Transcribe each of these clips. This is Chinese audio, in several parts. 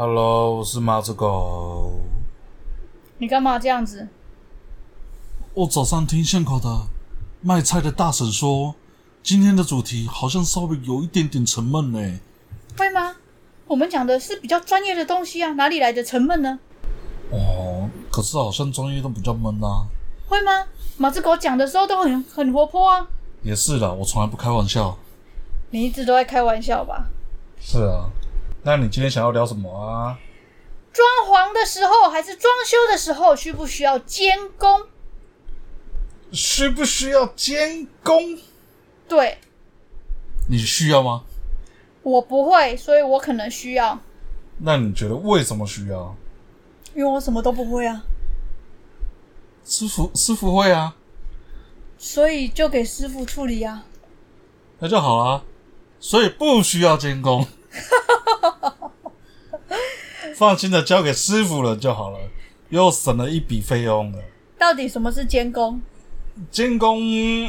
Hello， 我是马子狗。 你干嘛这样子？ 我早上听巷口的卖菜的大婶说，今天的主题好像稍微有一点点沉闷呢。 会吗？我们讲的是比较专业的东西啊，哪里来的沉闷呢？ 可是好像专业都比较闷啊。 会吗？马子狗讲的时候都很活泼啊。 也是啦，我从来不开玩笑。 你一直都在开玩笑吧？ 是啊，那你今天想要聊什么啊？ 装潢的时候还是装修的时候，需不需要监工？ 需不需要监工？ 对。 你需要吗？ 我不会，所以我可能需要。 那你觉得为什么需要？ 因为我什么都不会啊。 师傅会啊。 所以就给师傅处理啊。 那就好啦，所以不需要监工。放心的交给师傅了就好了，又省了一笔费用了。 到底什么是监工？ 监工，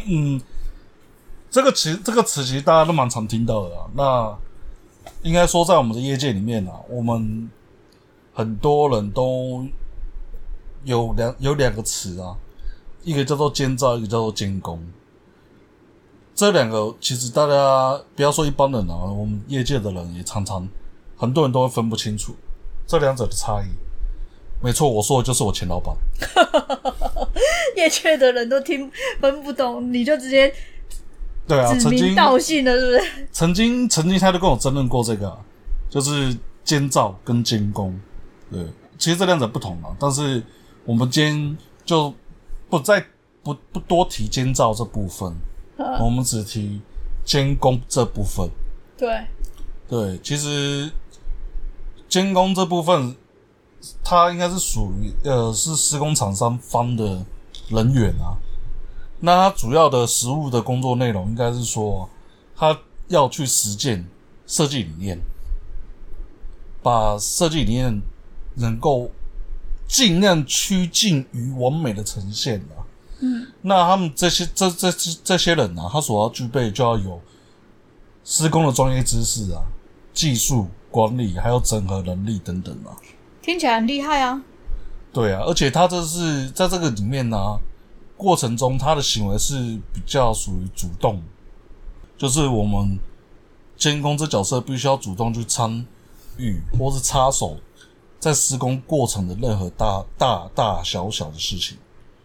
这个词其实大家都蛮常听到的啦。那应该说，在我们的业界里面啊，我们很多人都有两个词啊，一个叫做监造，一个叫做监工。这两个其实大家不要说一般人啊，我们业界的人也常常很多人都会分不清楚这两者的差异。没错，我说的就是我前老板。 业界的人都分不懂，你就直接对啊， 指名道姓了，是不是？ 曾经他就跟我争论过这个啊，就是监造跟监工。对，其实这两者不同啊，但是我们今天就不多提监造这部分。我们只提监工这部分。对，其实监工这部分，它应该是属于是施工厂商方的人员啊。那它主要的实务的工作内容，应该是说，他要去实践设计理念，把设计理念能够尽量趋近于完美的呈现啊。那他们这些人啊，他所要具备就要有施工的专业知识啊、技术管理，还有整合能力等等啊。 听起来很厉害啊。 对啊，而且他这是在这个里面啊，过程中他的行为是比较属于主动，就是我们监工这角色必须要主动去参与或是插手在施工过程的任何大小的事情。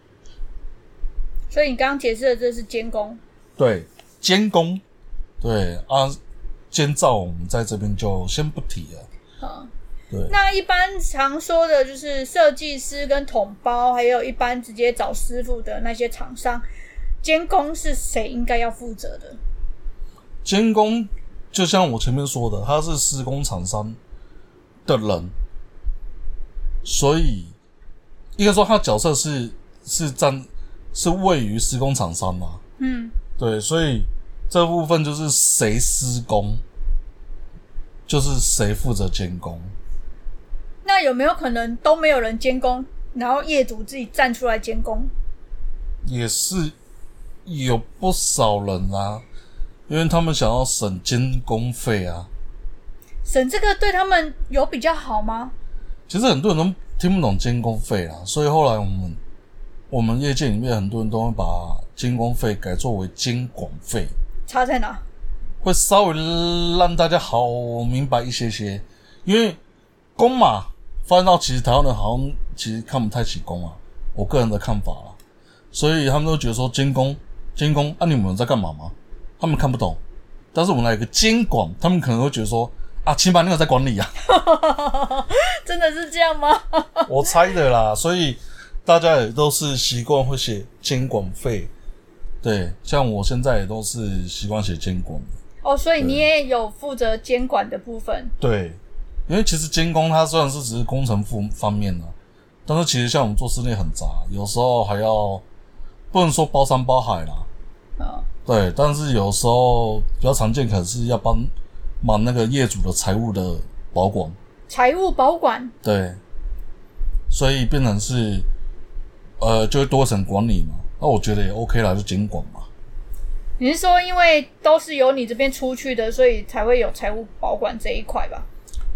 所以你刚刚解释的这是监工。 对，监工。对啊，监造我们在这边就先不提了。对。 那一般常说的就是设计师跟统包，还有一般直接找师傅的那些厂商，监工是谁应该要负责的？ 监工就像我前面说的，他是施工厂商的人，所以应该说他角色是位于施工厂商嘛。对，所以这部分就是谁施工，就是谁负责监工。 那有没有可能都没有人监工，然后业主自己站出来监工？ 也是有不少人啊，因为他们想要省监工费啊。 省这个对他们有比较好吗？ 其实很多人都听不懂监工费啊，所以后来我们业界里面很多人都会把监工费改作为监管费。 差在哪？ 会稍微让大家好明白一些，因为工嘛，发现到其实台湾人好像其实看不太起工啊，我个人的看法啦，所以他们都觉得说监工啊，你们在干嘛吗？他们看不懂，但是我们来一个监管，他们可能会觉得说啊，起码你有在管理啊。 真的是这样吗？ 我猜的啦，所以大家也都是习惯会写监管费。对，像我现在也都是习惯写监管。 所以你也有负责监管的部分。 对，因为其实监工它虽然是只是工程方面啊，但是其实像我们做室内很杂，有时候还要不能说包山包海啦。对，但是有时候比较常见可能是要帮忙那个业主的财务的保管。 财务保管。 对，所以变成是就会多层管理嘛。那我觉得也 OK 啦，就监管嘛。 你是说因为都是由你这边出去的，所以才会有财务保管这一块吧？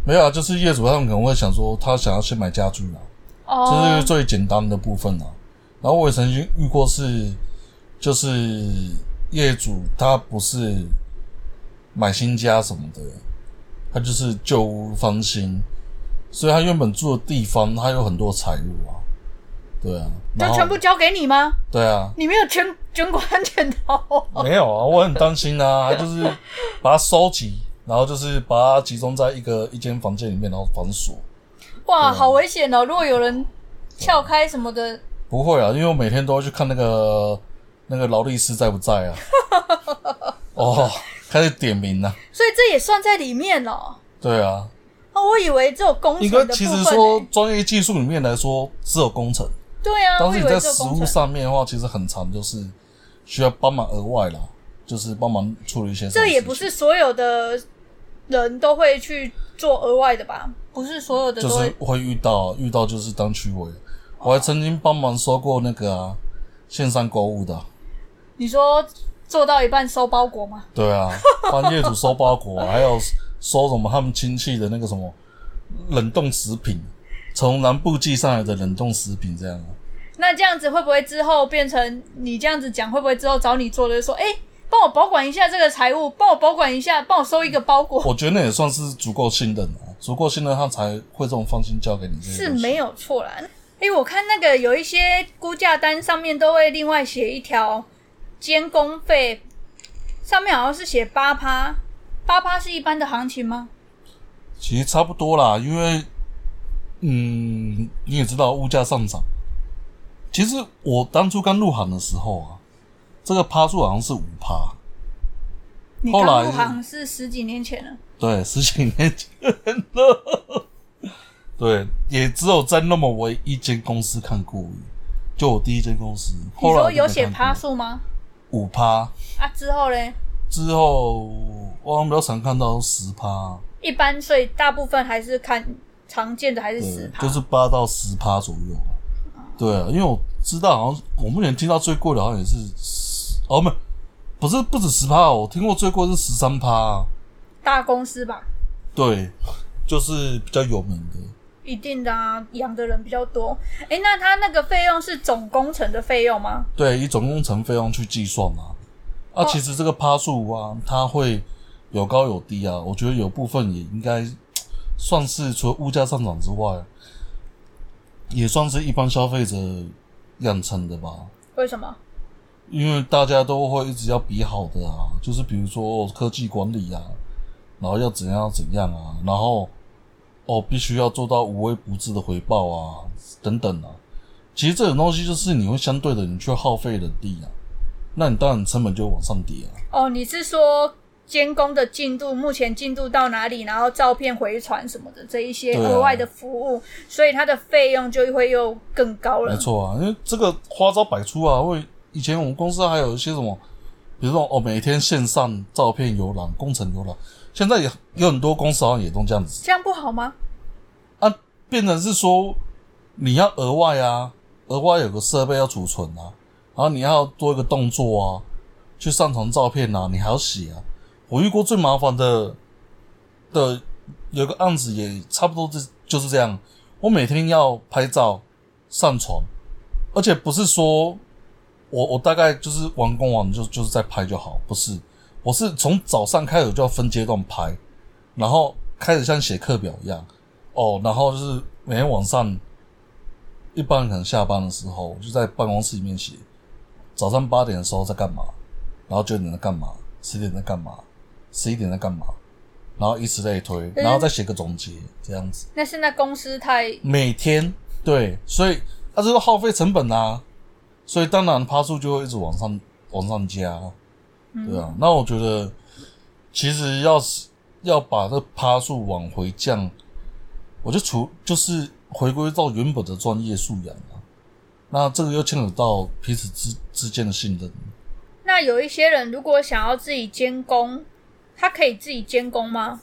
没有啊，就是业主他们可能会想说，他想要先买家具啊，这是最简单的部分啊。然后我也曾经遇过就是业主他不是买新家什么的，他就是旧屋翻新，所以他原本住的地方他有很多财务啊，对啊， 就全部交给你吗？ 对啊， 你没有捐款潜逃？ 没有啊，我很担心啊，就是把它收集，然后就是把它集中在一间房间里面，然后反锁。 哇，好危险哦！如果有人撬开什么的， 不会啊，因为我每天都会去看那个劳力士在不在啊。哦，开始点名了， 所以这也算在里面哦。 对啊。 我以为只有工程的部分。 其实说专业技术里面来说，只有工程。 对啊， 但是你在实务上面的话，其实很常就是需要帮忙额外啦，就是帮忙处理一些事情。 这也不是所有的人都会去做额外的吧？不是所有的都就是会遇到就是当区委。我还曾经帮忙收过那个线上购物的。 你说做到一半收包裹吗？ 对啊，帮业主收包裹，还有收什么他们亲戚的那个什么冷冻食品，从南部寄上来的冷冻食品这样。 那这样子会不会之后变成你这样子讲，会不会之后找你做的说，帮我保管一下这个财务，帮我保管一下，帮我收一个包裹？ 我觉得那也算是足够信任啊，足够信任他才会这种放心交给你这些东西。 是没有错啦。我看那个有一些估价单上面都会另外写一条监工费，上面好像是写 8%， 8% 是一般的行情吗？ 其实差不多啦，因为你也知道物价上涨。其实我当初刚入行的时候啊，这个趴数好像是 5%。 你刚入行是10几年前了。 对，10几年前了。对，也只有在那么唯一间公司看过，就我第一间公司。 你说有写趴数吗 ？5%。 之后嘞？ 之后我好像比较常看到10%。 一般，所以大部分还是看常见的还是10%， 就是8到10%左右。对啊，因为我知道好像我目前听到最贵的好像也是不止10%，我听过最贵是13%。 大公司吧？ 对，就是比较有名的。 一定的啊，养的人比较多。那他那个费用是总工程的费用吗？ 对，以总工程费用去计算啊。其实这个趴数啊，它会有高有低啊。我觉得有部分也应该算是除了物价上涨之外，也算是一般消费者养成的吧。 为什么？ 因为大家都会一直要比好的啊，就是比如说科技管理啊，然后要怎样啊，然后必须要做到无微不至的回报啊，等等啊。其实这种东西就是你会相对的，你去耗费人力啊，那你当然成本就会往上叠啊。 你是说监工的进度，目前进度到哪里，然后照片回传什么的这一些额外的服务，所以它的费用就会又更高了。 没错啊，因为这个花招百出啊。以前我们公司还有一些什么，比如说每天线上照片游览、工程游览，现在也有很多公司好像也都这样子。 这样不好吗？ 变成是说你要额外有个设备要储存啊，然后你要多一个动作啊，去上传照片啊，你还要写啊。我遇过最麻烦的有个案子也差不多就是这样。我每天要拍照上传，而且不是说我大概就是完工完就是在拍就好，不是，我是从早上开始就要分阶段拍，然后开始像写课表一样然后就是每天晚上一般人可能下班的时候就在办公室里面写，早上8点的时候在干嘛，然后9点在干嘛，10点在干嘛，11点在干嘛，然后以此类推，然后再写个总结这样子。 那现在公司每天对，所以这是耗费成本啊，所以当然趴数就会一直往上加，对啊。那我觉得其实要把这趴数往回降，我就是回归到原本的专业素养啊。那这个又牵扯到彼此之间的信任。 那有一些人如果想要自己监工，他可以自己监工吗？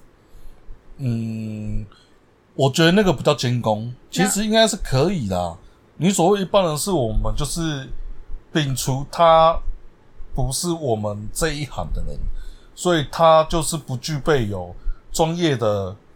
我觉得那个不叫监工，其实应该是可以的。你所谓一般人是我们就是摒除他不是我们这一行的人，所以他就是不具备有专业的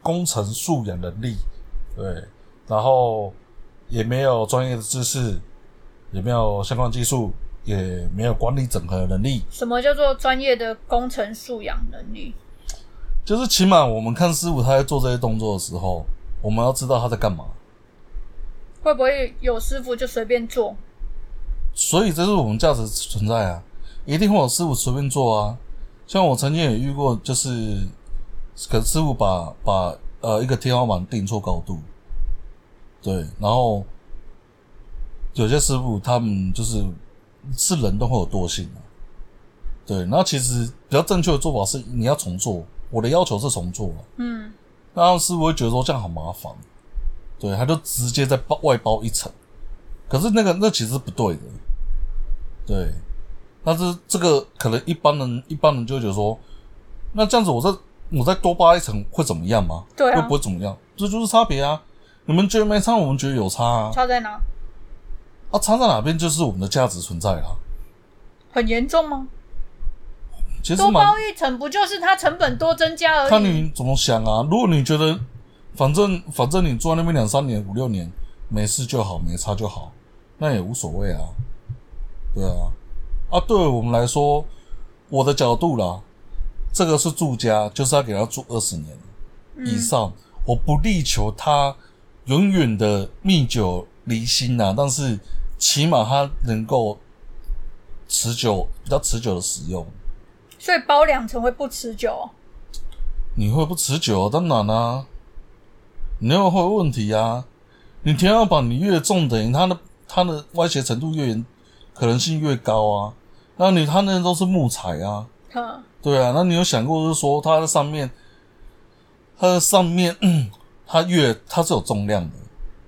工程素养能力，对，然后也没有专业的知识，也没有相关技术，也没有管理整合的能力。 什么叫做专业的工程素养能力？ 就是起码我们看师傅他在做这些动作的时候，我们要知道他在干嘛。 会不会有师傅就随便做？ 所以这是我们价值存在啊，一定会有师傅随便做啊。像我曾经也遇过，就是可能师傅把一个天花板定错高度，对，然后有些师傅他们就是人都会有惰性啊，对，然后其实比较正确的做法是你要重做，我的要求是重做啊，那师傅会觉得说这样好麻烦，对，他就直接在外包一层，可是那其实是不对的，对。但是这个可能一般人就会觉得说，那这样子我再多扒一层会怎么样吗？ 对啊， 又不会怎么样，这就是差别啊！你们觉得没差，我们觉得有差啊。 差在哪？ 差在哪边就是我们的价值存在啦。 很严重吗？ 其实多包一层不就是它成本多增加而已？ 看你怎么想啊。如果你觉得反正你住在那边2-3年、5-6年没事就好，没差就好，那也无所谓啊。对啊。对我们来说，我的角度啦，这个是住家，就是要给他住20年以上。我不力求他永远的历久弥新啊，但是起码他能够比较持久的使用。 所以包2层会不持久哦？ 你会不持久？当然啊，你又会有问题啊。你天花板你越重，等于它的歪斜程度越可能性越高啊。那它那都是木材啊，对啊。那你有想过就是说它的上面它是有重量的，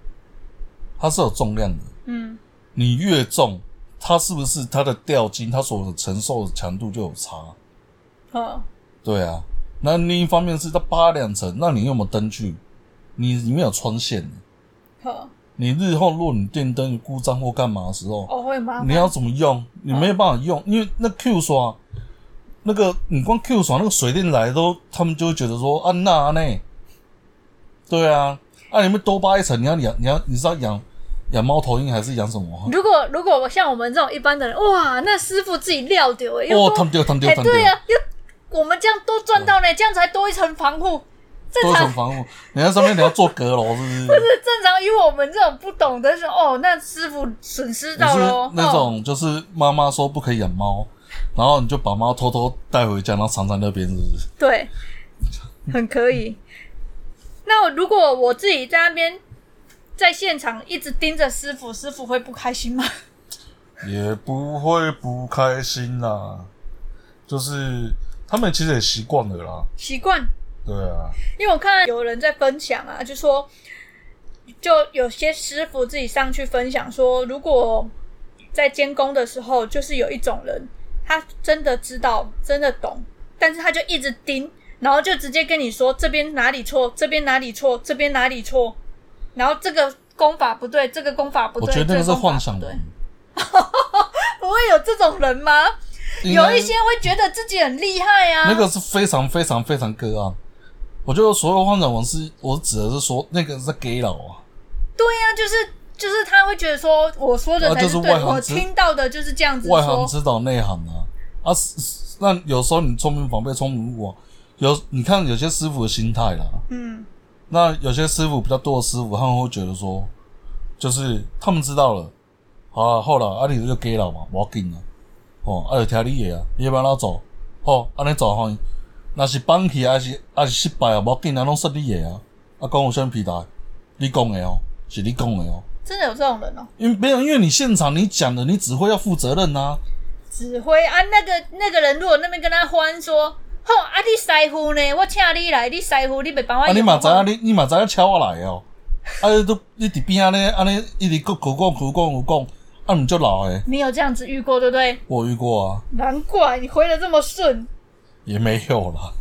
你越重，它是不是它的吊筋它所承受的强度就有差？对啊。那另一方面是它扒2层，那你有没有灯具？你里面有穿线你日后如果你电灯故障或干嘛的时候， 会麻烦。 你要怎么用？你没有办法用，因为那 Q 刷，你光 Q 刷那个水电来他们就会觉得说那对啊，你们多扒一层，你是要养猫头鹰还是养什么？ 如果像我们这种一般的人，哇，那师傅自己撂丢摊丢， 对啊，我们这样多赚到呢，这样才多一层防护。 多一层防护，你在上面你要做阁楼，是不是？ 不是正常，以我们这种不懂的说，那师傅损失到咯。 那种就是妈妈说不可以养猫，然后你就把猫偷偷带回家，然后藏在那边，是不是？ 对，很可以。那如果我自己在那边在现场一直盯着师傅，师傅会不开心吗？ 也不会不开心啦，就是他们其实也习惯了啦， 习惯。 对啊， 因为我看有人在分享啊，就说就有些师傅自己上去分享说，如果在监工的时候，就是有一种人，他真的知道，真的懂，但是他就一直盯，然后就直接跟你说这边哪里错，这边哪里错，这边哪里错，然后这个功法不对，这个功法不对， 我觉得那个是幻想人。 不会有这种人吗？有一些会觉得自己很厉害啊， 那个是非常非常非常个案。我觉得所有幻想文我指的是说那个是 gay 佬啊。 对啊，就是他会觉得说我说的才是对的，我听到的就是这样子说。 外行指导内行啊！那有时候你聪明反被聪明误啊。你看有些师傅的心态啦，那有些师傅比较多的师傅，他们会觉得说，就是他们知道了，好啦，你就 gay 佬嘛，不要紧啊，就听你的啊，你要不要走？安尼走吼。若是放弃还是失败啊，无紧啊，拢说你的啊。讲有啥物屁大？你讲的是你讲的真的有这种人因为你现场你讲的，你指挥要负责任啊。 指挥啊，那个人如果那边跟他欢说，你师傅呢？我请你来，你师傅你袂帮我用。 你嘛知影你嘛知影请我来你伫边安尼一直讲，你就老你有这样子遇过对不对？ 我遇过啊。 难怪你回得这么顺。也没有啦，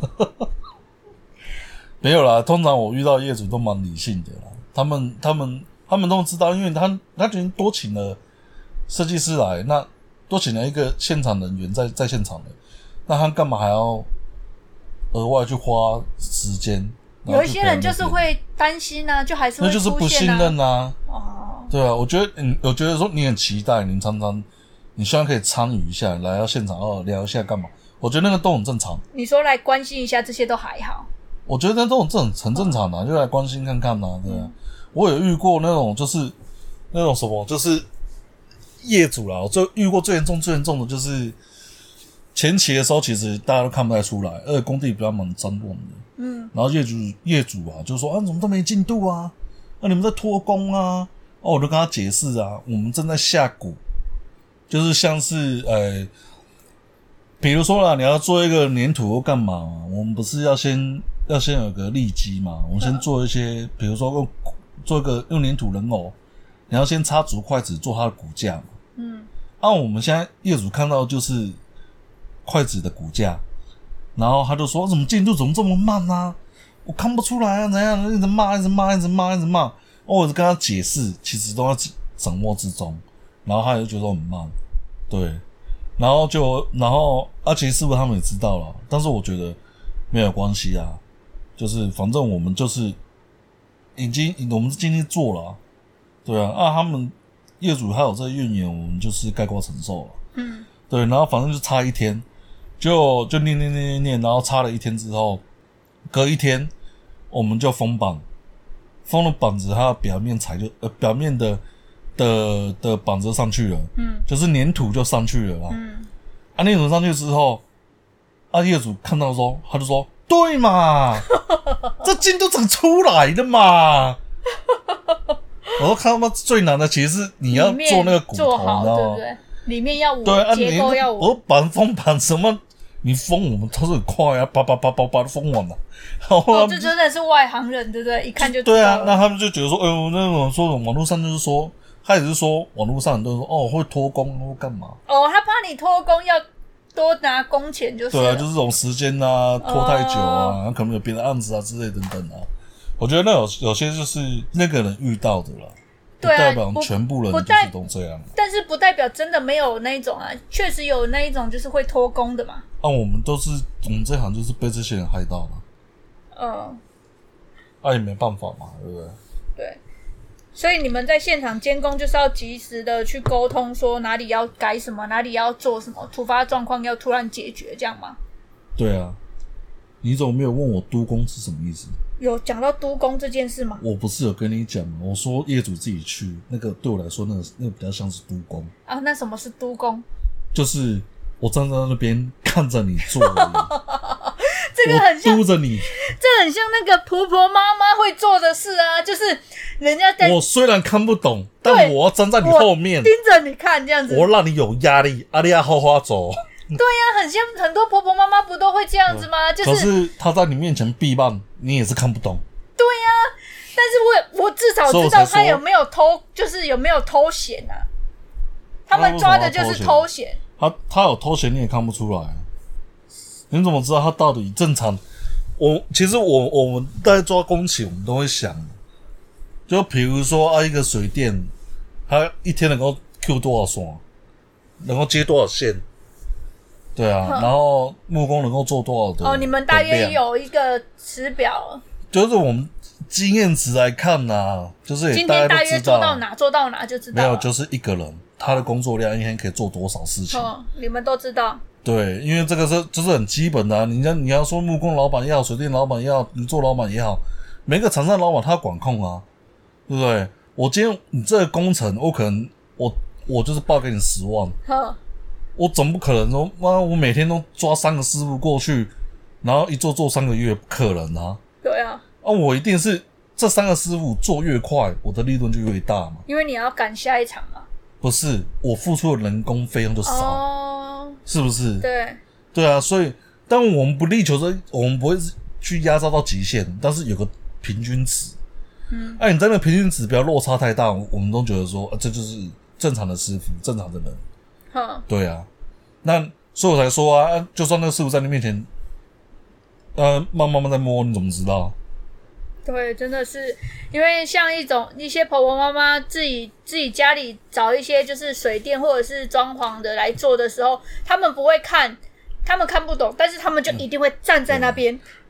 没有啦。通常我遇到业主都蛮理性的啦，他们都知道，因为他决定多请了设计师来，那多请了一个现场人员在现场的，那他干嘛还要额外去花时间有一些人就是会担心啊，就还是会那就是不信任啊。 哦， 对啊，我觉得说你很期待，你常常你希望可以参与一下，来到现场聊一下干嘛？我觉得那个都很正常。 你说来关心一下，这些都还好。 我觉得那都很正常的，就来关心看看嘛，对啊。我有遇过那种就是那种什么，就是业主啦，我遇过最严重的就是前期的时候，其实大家都看不太出来，而且工地比较蛮脏乱的。然后业主啊，就说啊，怎么都没进度啊？你们在拖工啊？我就跟他解释啊，我们正在下骨，就是像是比如说啦，你要做一个粘土或干嘛嘛，我们不是要先有个立基嘛？我们先做一些，比如说做一个用粘土人偶，你要先插足筷子做它的骨架嘛。我们现在业主看到就是筷子的骨架，然后他就说怎么进度怎么这么慢啊？我看不出来啊，怎样？一直骂。我是跟他解释，其实都在掌握之中，然后他就觉得很慢，对。然后其实师傅他们也知道了，但是我觉得没有关系啊，就是反正我们就是我们尽力做了，对啊，他们业主还有这个怨言，我们就是概括承受了，对，然后反正就差一天，就念，然后差了一天之后，隔一天我们就封板，封了板子，它的表面表面的板子上去了，就是粘土就上去了啦。粘土上去之后，业主看到说，他就说，对嘛，这进度怎么出来的嘛？我说看到最难的其实是你要做那个骨头， 做好， 你知道吗？ 对不对？里面要结构要我封板什么？你封我们都是很快啊，叭都封完了。 这真的是外行人，对不对？一看就知道。 对啊，那他们就觉得说，那种说网络上就是说，他也是说网络上很多人说，会拖工或干嘛？ 他怕你拖工要多拿工钱就是了。 对啊，就是这种时间啊，拖太久啊，可能有别的案子啊之类等等啊。我觉得那有些就是那个人遇到的啦。不代表全部人就是都这样， 但是不代表真的没有那一种啊，确实有那一种就是会拖工的嘛。 我们这行就是被这些人害到了。也没办法嘛，对不对？ 对，所以你们在现场监工就是要及时的去沟通，说哪里要改什么，哪里要做什么，突发状况要突然解决，这样吗？对啊，你怎么没有问我督工是什么意思？ 有讲到督工这件事吗？ 我不是有跟你讲吗？我说业主自己去，那个对我来说，那个比较像是督工啊。那什么是督工？ 就是我站在那边看着你做而已。 这个很像督着你， 这很像那个婆婆妈妈会做的事啊，就是人家在。 我虽然看不懂，但我要站在你后面， 盯着你看这样子。 我让你有压力，你要好好走。 对呀，很像很多婆婆妈妈不都会这样子吗？ 可是他在你面前闭慢，你也是看不懂。 对呀，但是我至少知道他有没有偷，就是有没有偷闲啊？他们抓的就是偷闲。 他有偷闲你也看不出来，你怎么知道他到底正常？其实我们在抓工期，我们都会想，就比如说一个水电，他一天能够 Q 多少线，能够接多少线。对啊，然后木工能够做多少的？ 你们大约有一个时表， 就是我们经验值来看就是今天大约做到哪就知道了。 没有，就是一个人他的工作量一天可以做多少事情？ 你们都知道。对， 因为这个就是很基本的你要说木工老板也好，水电老板也好，你做老板也好，每个厂商老板他管控啊，对不对？我今天你这个工程，我可能我就是报给你10万。我总不可能说，我每天都抓3个师傅过去，然后一做3个月，不可能啊。 对啊。 我一定是这3个师傅做越快，我的利润就越大嘛。 因为你要赶下一场嘛。 不是，我付出的人工费用就少，是不是？ 对。 对啊，所以，但我们不力求说，我们不会去压榨到极限，但是有个平均值。你在那个平均值不要落差太大，我们都觉得说，这就是正常的师傅，正常的人。对啊，那所以我才说就算那个师傅在你面前，慢慢在摸，你怎么知道？ 对，真的是因为像一些婆婆妈妈自己家里找一些就是水电或者是装潢的来做的时候，他们不会看，他们看不懂，但是他们就一定会站在那边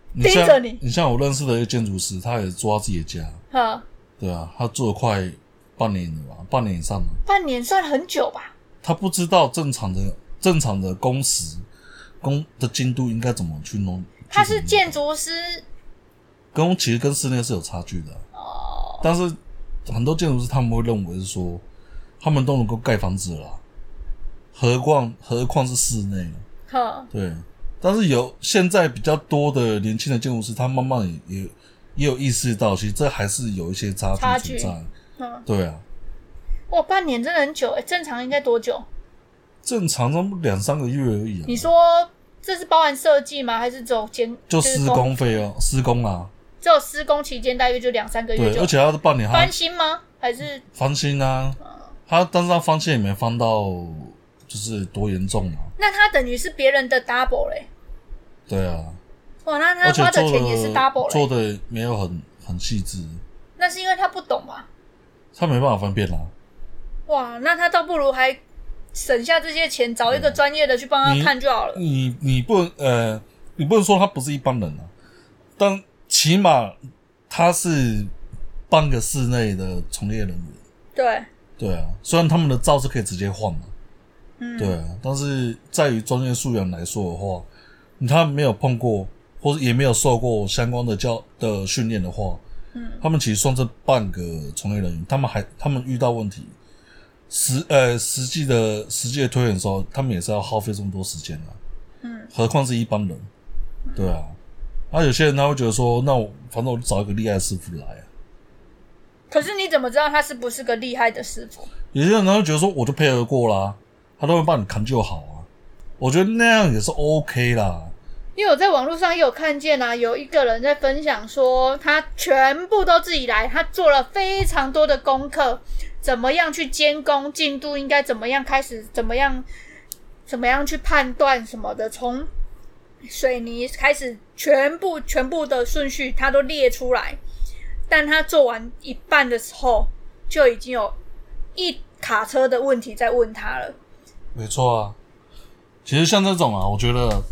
盯着你。 你像我认识的一个建筑师，他也做他自己的家，对啊，他做了快半年了吧，半年以上了。 半年算很久吧？ 他不知道正常的工时的进度应该怎么去弄。 他是建筑师， 其实跟室内是有差距的但是很多建筑师他们会认为是说，他们都能够盖房子了啦，何况是室内对。但是现在比较多的年轻的建筑师，他慢慢也有意识到，其实这还是有一些差距存在。对啊。 哇，半年真的很久正常应该多久？ 正常都2-3个月而已你说这是包含设计吗？还是只有就施工费施工啊？ 只有施工期间大约就2-3个月。 对，而且他是半年。 翻新吗？还是翻新啊？但是他翻新也没翻到就是多严重啊。 那他等于是别人的 double 嘞。 对啊。 哇，那他花的钱也是 double 嘞。 做的没有很细致。 那是因为他不懂嘛？ 他没办法分辨啦。 哇，那他倒不如还省下这些钱，找一个专业的去帮他看就好了。 你不能说他不是一般人啊，但起码他是半个室内的从业人员。对啊，虽然他们的照是可以直接换嘛，对啊，但是在于专业素养来说的话，他们没有碰过，或者也没有受过相关的训练的话，他们其实算是半个从业人员，他们遇到问题。实际的推演的时候，他们也是要耗费这么多时间何况是一般人。对啊。有些人他会觉得说，那反正我就找一个厉害的师傅来可是你怎么知道他是不是个厉害的师傅？ 有些人他会觉得说，我就配合过啦，他都会帮你看就好啊。我觉得那样也是 OK 啦。 因为我在网络上也有看见有一个人在分享说，他全部都自己来，他做了非常多的功课，怎么样去监工进度，应该怎么样开始，怎么样去判断什么的，从水泥开始全部的顺序他都列出来。但他做完一半的时候，就已经有一卡车的问题在问他了。 没错啊。其实像这种我觉得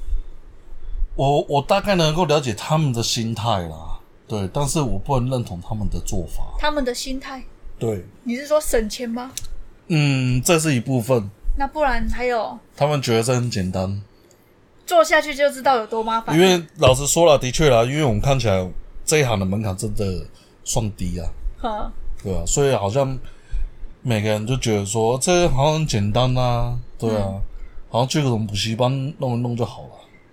我大概能够了解他们的心态啦，对，但是我不能认同他们的做法。 他们的心态？ 对。 你是说省钱吗？ 这是一部分。 那不然还有？ 他们觉得这很简单， 做下去就知道有多麻烦。 因为老实说了，的确啦，因为我们看起来这一行的门槛真的算低啊。对啊，所以好像每个人就觉得说这好像很简单啊，对啊，好像去个什么补习班弄一弄就好了。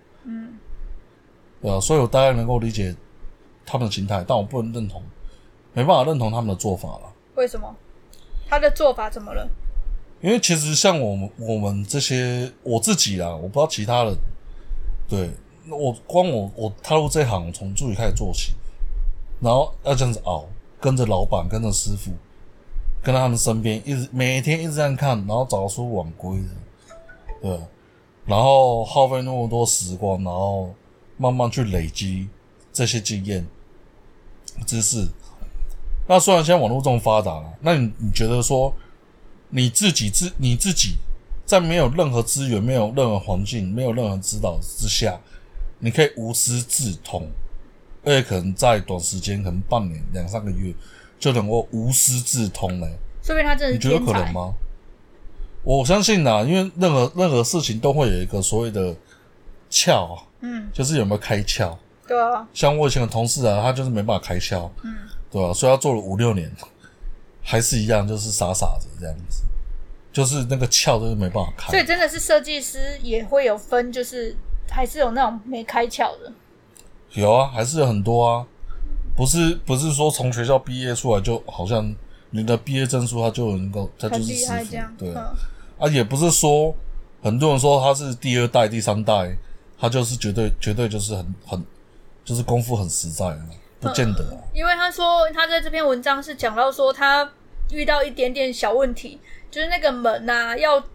对啊，所以我大概能够理解他们的心态，但我不能认同，没办法认同他们的做法啦。 为什么？他的做法怎么了？ 因为其实像我们这些，我自己啦，我不知道其他人。对，我踏入这一行，我从助理开始做起，然后要这样子熬，跟着老板，跟着师傅，跟在他们身边，每天一直这样看，然后找出晚归的，对，然后耗费那么多时光，然后慢慢去累积这些经验、知识。那虽然现在网络这么发达了，那你觉得说你自己在没有任何资源、没有任何环境、没有任何指导之下，你可以无师自通，而且可能在短时间，可能半年、2-3个月就能够无师自通嘞。 说不定他真的是天才。 你觉得可能吗？我相信啦，因为任何事情都会有一个所谓的窍，就是有没有开窍。 对啊。像我以前的同事他就是没办法开窍，对啊，所以他做了5-6年，还是一样，就是傻傻的这样子，就是那个窍就是没办法开。 所以真的是设计师也会有分，就是还是有那种没开窍的。 有啊，还是有很多啊，不是说从学校毕业出来就好像你的毕业证书他就能够，他就是师傅，对也不是说很多人说他是第2代、第3代，他就是绝对就是很就是功夫很实在啊，不见得因为他说他在这篇文章是讲到说他遇到一点点小问题，就是那个门要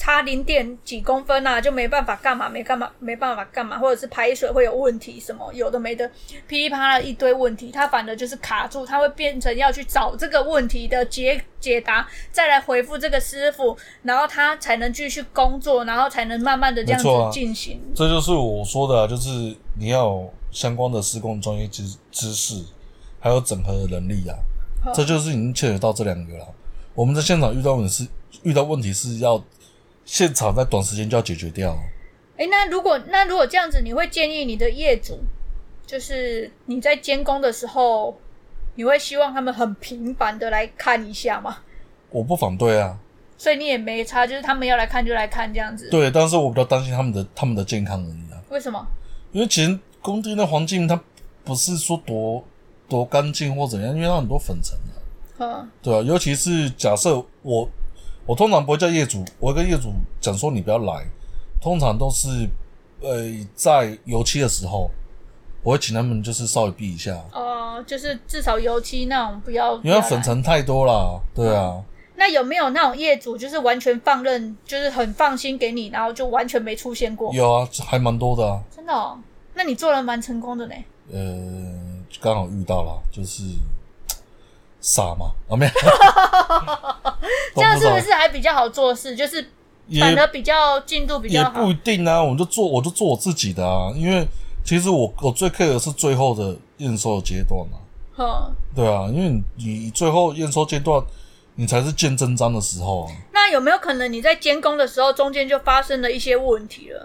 差0点几公分啊，就没办法干嘛，没办法干嘛，或者是排水会有问题，什么有的没的，噼里啪啦一堆问题，他反而就是卡住，他会变成要去找这个问题的解答，再来回复这个师傅，然后他才能继续工作，然后才能慢慢的这样子进行。 这就是我说的就是你要有相关的施工专业知识，还有整合的能力啊，这就是已经牵扯到这2个了。我们在现场遇到问题是要现场在短时间就要解决掉。 那如果这样子，你会建议你的业主，就是你在监工的时候，你会希望他们很频繁的来看一下吗？ 我不反对啊， 所以你也没差，就是他们要来看就来看这样子。 对，但是我比较担心他们的健康而已啊。 为什么？ 因为其实工地的环境它不是说多干净或怎样，因为它很多粉尘啊。对啊，尤其是假设我通常不会叫业主，我会跟业主讲说你不要来，通常都是在油漆的时候，我会请他们就是稍微避一下。 就是至少油漆那种不要， 因为粉尘太多啦。对啊。 那有没有那种业主就是完全放任，就是很放心给你，然后就完全没出现过？ 有啊，还蛮多的啊。 真的哦？那你做得蛮成功的呢。 刚好遇到了，就是傻嘛，没有。 这样是不是还比较好做事？就是反而比较进度比较好。 也不一定啊，我就做我自己的啊，因为其实我最 care 的是最后的验收的阶段啊。对啊，因为你最后验收阶段，你才是见真章的时候啊。 那有没有可能你在监工的时候，中间就发生了一些问题了？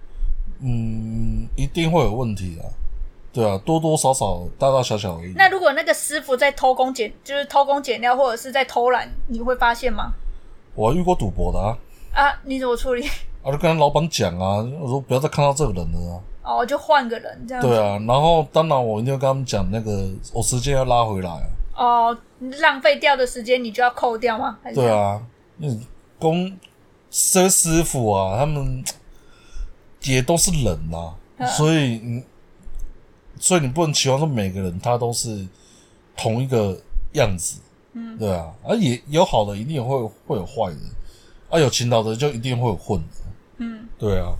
一定会有问题啊。对啊，多多少少大大小小而已。 那如果那个师傅在偷工减料，或者是在偷懒，你会发现吗？ 我还遇过赌博的啊。 你怎么处理？ 就跟老板讲啊，我说不要再看到这个人了啊。 就换个人这样子。 对啊，然后当然我一定要跟他们讲那个，我时间要拉回来啊。 浪费掉的时间你就要扣掉吗？还是对啊，这些师傅啊，他们也都是人啊，所以你不能期望说每个人他都是同一个样子。对啊，也有好的，一定会有坏的，有勤劳的就一定会有混的。对啊。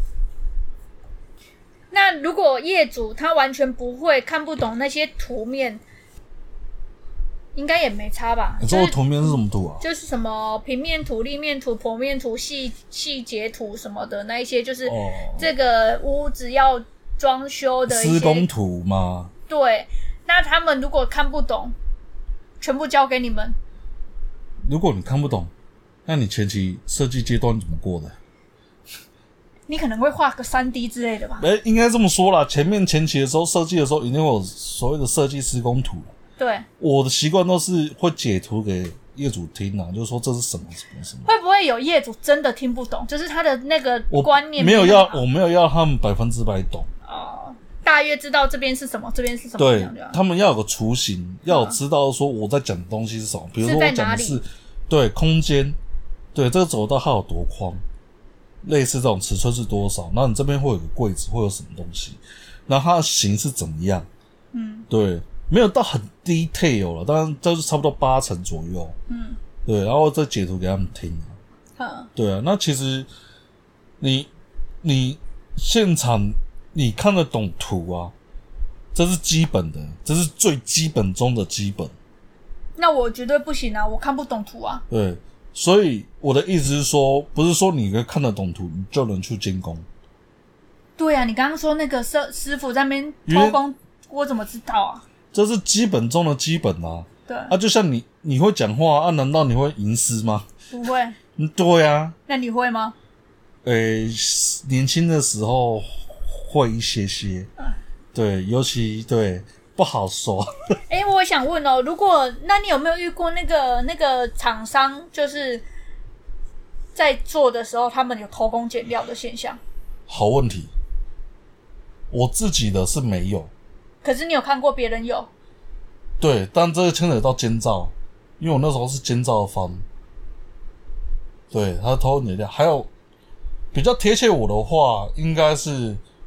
那如果业主他完全不会看不懂那些图面，应该也没差吧？ 你说的图面是什么图啊？ 就是什么平面图、立面图、剖面图、细节图什么的那一些，就是这个屋子要装修的一些施工图吗？ 对，那他们如果看不懂，全部交给你们。 如果你看不懂，那你前期设计阶段怎么过的？ 你可能会画个 3D 之类的吧？ 应该这么说啦，前期的时候设计的时候一定会有所谓的设计施工图。 对， 我的习惯都是会解图给业主听啊，就是说这是什么。 会不会有业主真的听不懂？就是他的那个观念我没有要他们100%懂。 大约知道这边是什么，这边是什么。 对，他们要有个雏形，要有知道说我在讲的东西是什么。比如说我讲的是对空间，对这个走道它有多宽，类似这种尺寸是多少，然后你这边会有个柜子，会有什么东西，然后它的形是怎么样。对，没有到很 detail 了，当然这是差不多80%左右。对，然后再解图给他们听对啊，那其实你现场你看得懂图啊，这是基本的，这是最基本中的基本。 那我绝对不行啊，我看不懂图啊。 对，所以我的意思是说，不是说你看得懂图你就能去监工。 对啊，你刚刚说那个师傅在那边偷工，我怎么知道啊？ 这是基本中的基本啊。 对就像你会讲话难道你会吟诗吗？ 不会。 对啊。那你会吗？ 年轻的时候会一些。对，尤其对不好说。 我想问哦，那你有没有遇过那个厂商，就是在做的时候他们有偷工减料的现象？ 好问题，我自己的是没有。 可是你有看过别人有？ 对，但这个牵扯到监造，因为我那时候是监造方。对，他偷工减料，还有比较贴切我的话，应该是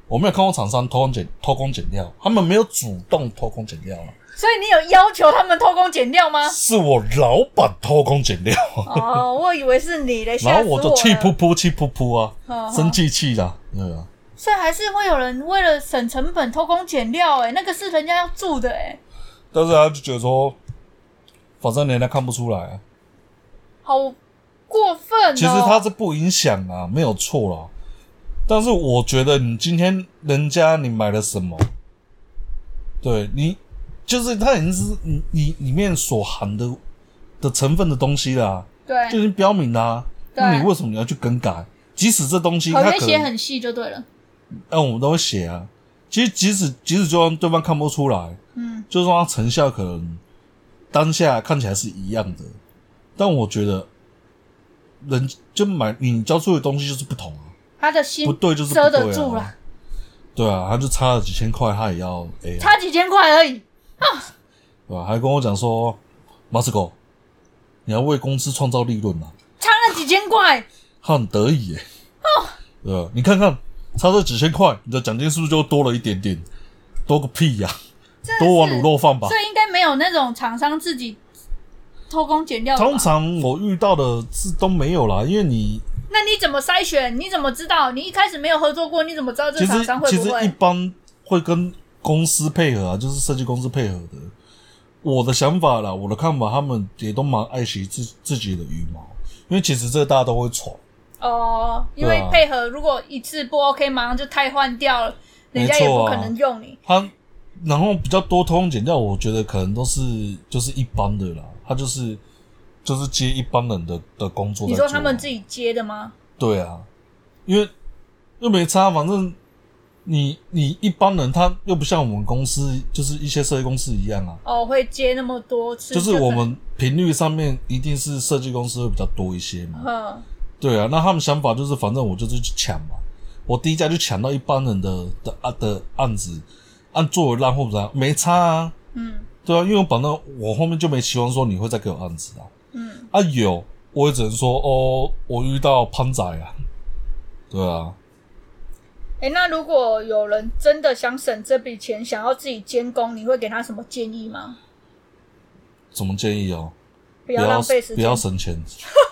我没有看过厂商偷工减料，他们没有主动偷工减料了。 所以你有要求他们偷工减料吗？ 是我老板偷工减料。 哦，我以为是你嘞， 然后我就气噗噗噗啊，生气啦，对啊。 所以还是会有人为了省成本偷工减料，那个是人家要住的但是他就觉得说，反正人家看不出来啊。 好过分哦！ 其实他是不影响啊，没有错啦。但是我觉得你今天人家你买了什么，对你就是它已经是你里面所含的成分的东西啦， 对， 就已经标明啦。那你为什么你要去更改？即使这东西它可能写很细就对了。 我们都会写啊。其实即使就算对方看不出来，就算它成效可能当下看起来是一样的，但我觉得人就买你交出的东西就是不同啊。 他的心不对就是不对啊， 遮得住了。 对啊，他就差了几千块，他也要差几千块而已啊， 对吧？还跟我讲说，马斯狗，你要为公司创造利润啊， 差了几千块， 他很得意对吧？你看看差这几千块，你的奖金是不是就多了一点点？多个屁呀！多碗卤肉饭吧。 所以应该没有那种厂商自己偷工减料的吧。 通常我遇到的是都没有啦，因为那你怎么筛选？你怎么知道？你一开始没有合作过，你怎么知道这个厂商会不会？ 其实一般会跟公司配合啊，就是设计公司配合的。我的想法啦，我的看法，他们也都蛮爱惜自己的羽毛，因为其实这个大家都会闯。 因为配合，如果一次不 OK，马上就汰换掉了，人家也不可能用你。 然后比较多偷工减料，我觉得可能都是就是一般的啦，他就是接一般人的工作在做。 你说他们自己接的吗？ 对啊，因为又没差，反正你一般人他又不像我们公司，就是一些设计公司一样啊。 会接那么多次， 就是我们频率上面一定是设计公司会比较多一些嘛。对啊，那他们想法就是反正我就是去抢嘛，我第一家就抢到一般人的案子，按作为烂或者没差啊。对啊，因为反正我后面就没期望说你会再给我案子啊。有，我也只能说我遇到潘仔啊。对啊。 那如果有人真的想省这笔钱，想要自己监工，你会给他什么建议吗？ 什么建议不要浪费时间， 不要省钱。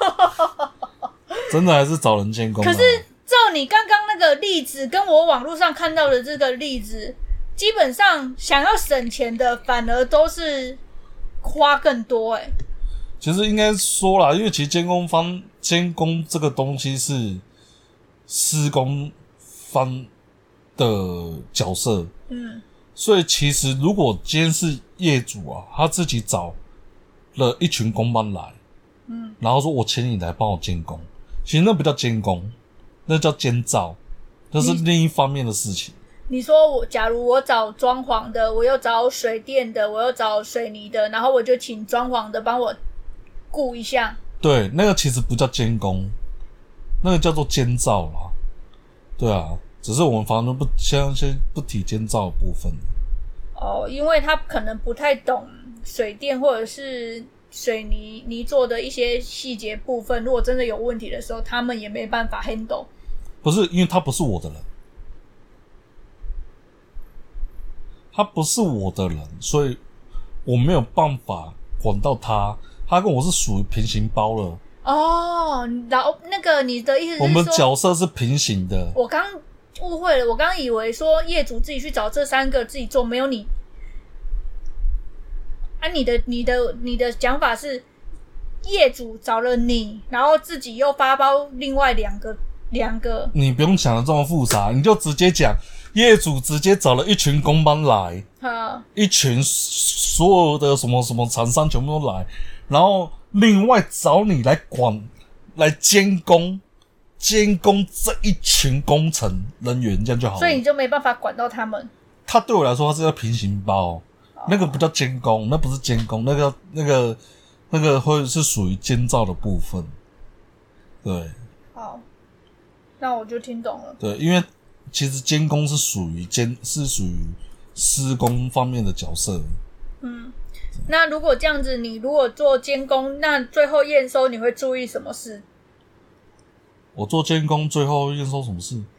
真的还是找人监工。 可是照你刚刚那个例子，跟我网络上看到的这个例子，基本上想要省钱的反而都是花更多其实应该说啦，因为其实监工这个东西是施工方的角色。所以其实如果今天是业主啊，他自己找了一群工班来，然后说我请你来帮我监工，其实那不叫监工，那叫监造，那是另一方面的事情。 你说假如我找装潢的，我又找水电的，我又找水泥的，然后我就请装潢的帮我顾一下。 对，那个其实不叫监工，那个叫做监造啦。对啊，只是我们反正先不提监造的部分。 因为他可能不太懂水电或者是水泥做的一些细节部分，如果真的有问题的时候，他们也没办法 handle。 不是，因为他不是我的人，所以我没有办法管到他。他跟我是属于平行包了。 那个你的意思是说， 我们角色是平行的。 我刚误会了，我刚以为说业主自己去找这3个自己做，没有你。你的讲法是业主找了你，然后自己又发包另外两个。 你不用想的这么复杂，你就直接讲，业主直接找了一群工班来，一群所有的什么什么厂商全部都来，然后另外找你来来监工这一群工程人员，这样就好了。 所以你就没办法管到他们。 他对我来说，他是叫平行包，那个不叫监工，那不是监工，那个会是属于监造的部分。对。 好，那我就听懂了。 对，因为其实监工是属于施工方面的角色。 那如果这样子，你如果做监工，那最后验收你会注意什么事？ 我做监工最后验收什么事？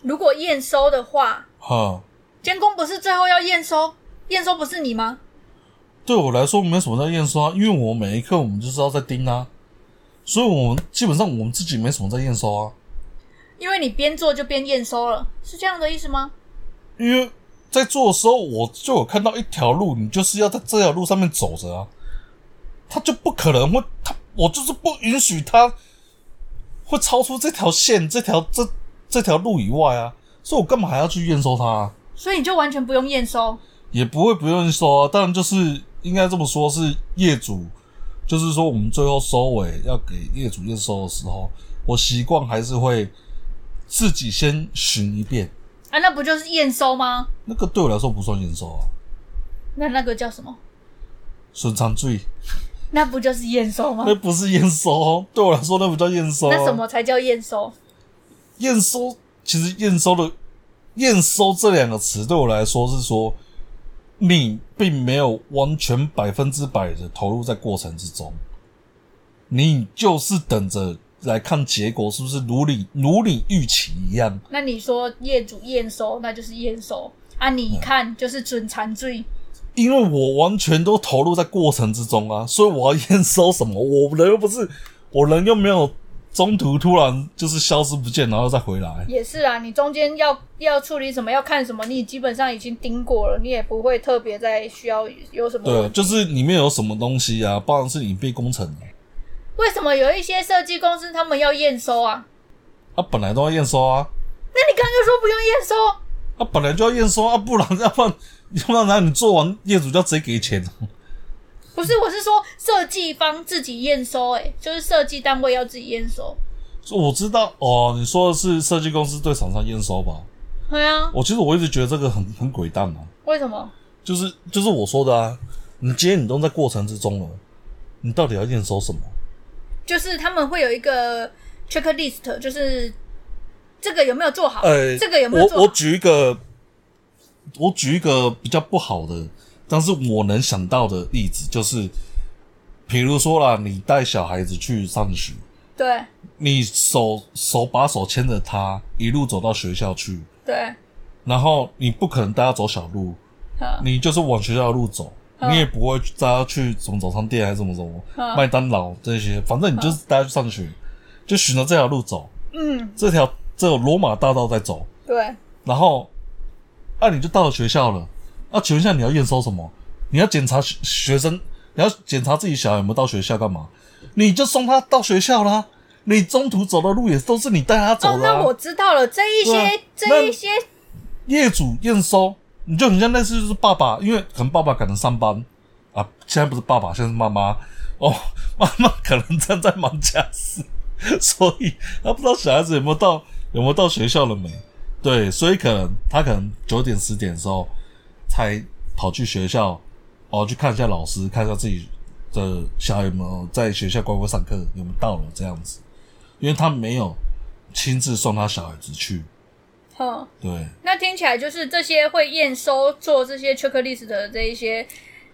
如果验收的话， 哈， 监工不是最后要验收，验收不是你吗？ 对我来说没什么在验收啊，因为我每一课我们就是要在盯啊，所以我们基本上我们自己没什么在验收啊。 因为你边做就边验收了，是这样的意思吗？ 因为在做的时候，我就有看到一条路，你就是要在这条路上面走着啊，他就不可能会，我就是不允许他会超出这条线、这条路以外啊，所以我干嘛还要去验收它啊？ 所以你就完全不用验收， 也不用收啊，当然就是应该这么说，是业主，就是说我们最后收尾要给业主验收的时候，我习惯还是会自己先巡一遍。 啊，那不就是验收吗？ 那个对我来说不算验收啊， 那个叫什么？ 顺畅罪。 那不就是验收吗？ 那不是验收，对我来说那不叫验收。 那什么才叫验收？ 验收其实验收这两个词对我来说是说，你并没有完全100%的投入在过程之中，你就是等着来看结果是不是如你预期一样。 那你说业主验收，那就是验收啊！你看就是准残罪。 因为我完全都投入在过程之中啊，所以我要验收什么？我人又没有中途突然就是消失不见，然后再回来。 也是啊，你中间要处理什么，要看什么，你基本上已经盯过了，你也不会特别再需要有什么。 对，就是里面有什么东西啊，包含是隐蔽工程。 为什么有一些设计公司他们要验收啊？ 啊，本来都要验收啊。 那你刚刚就说不用验收。 啊，本来就要验收啊，不然你做完业主就要直接给钱。 不是，我是说设计方自己验收，就是设计单位要自己验收。 我知道哦，你说的是设计公司对厂商验收吧？ 对啊。 其实我一直觉得这个很鬼蛋啊。 为什么？ 就是我说的啊，你今天你都在过程之中了，你到底要验收什么？ 就是他们会有一个 checklist， 就是这个有没有做好？这个有没有做好？ 我举一个比较不好的，但是我能想到的例子就是，比如说啦，你带小孩子去上学， 对， 你手把手牵着他一路走到学校去， 对， 然后你不可能带他走小路，你就是往学校的路走，你也不会带他去什么早餐店还是什么麦当劳这些，反正你就是带他去上学，就循着这条路走，这有罗马大道在走， 对， 然后你就到了学校了，请问一下你要验收什么？你要检查学生，你要检查自己小孩有没有到学校干嘛？你就送他到学校啦，你中途走的路也都是你带他走的啊。 那我知道了，这一些业主验收，你就很像类似就是爸爸，因为可能爸爸赶着上班啊，现在不是爸爸，现在是妈妈哦，妈妈可能正在忙家事，所以他不知道小孩子有没有到学校了没。对，所以他可能9点10点的时候才跑去学校去看一下老师，看一下自己的小孩有没有在学校乖乖上课，有没有到了这样子，因为他没有亲自送他小孩子去。对， 那听起来就是这些会验收做这些 checklist 的这一些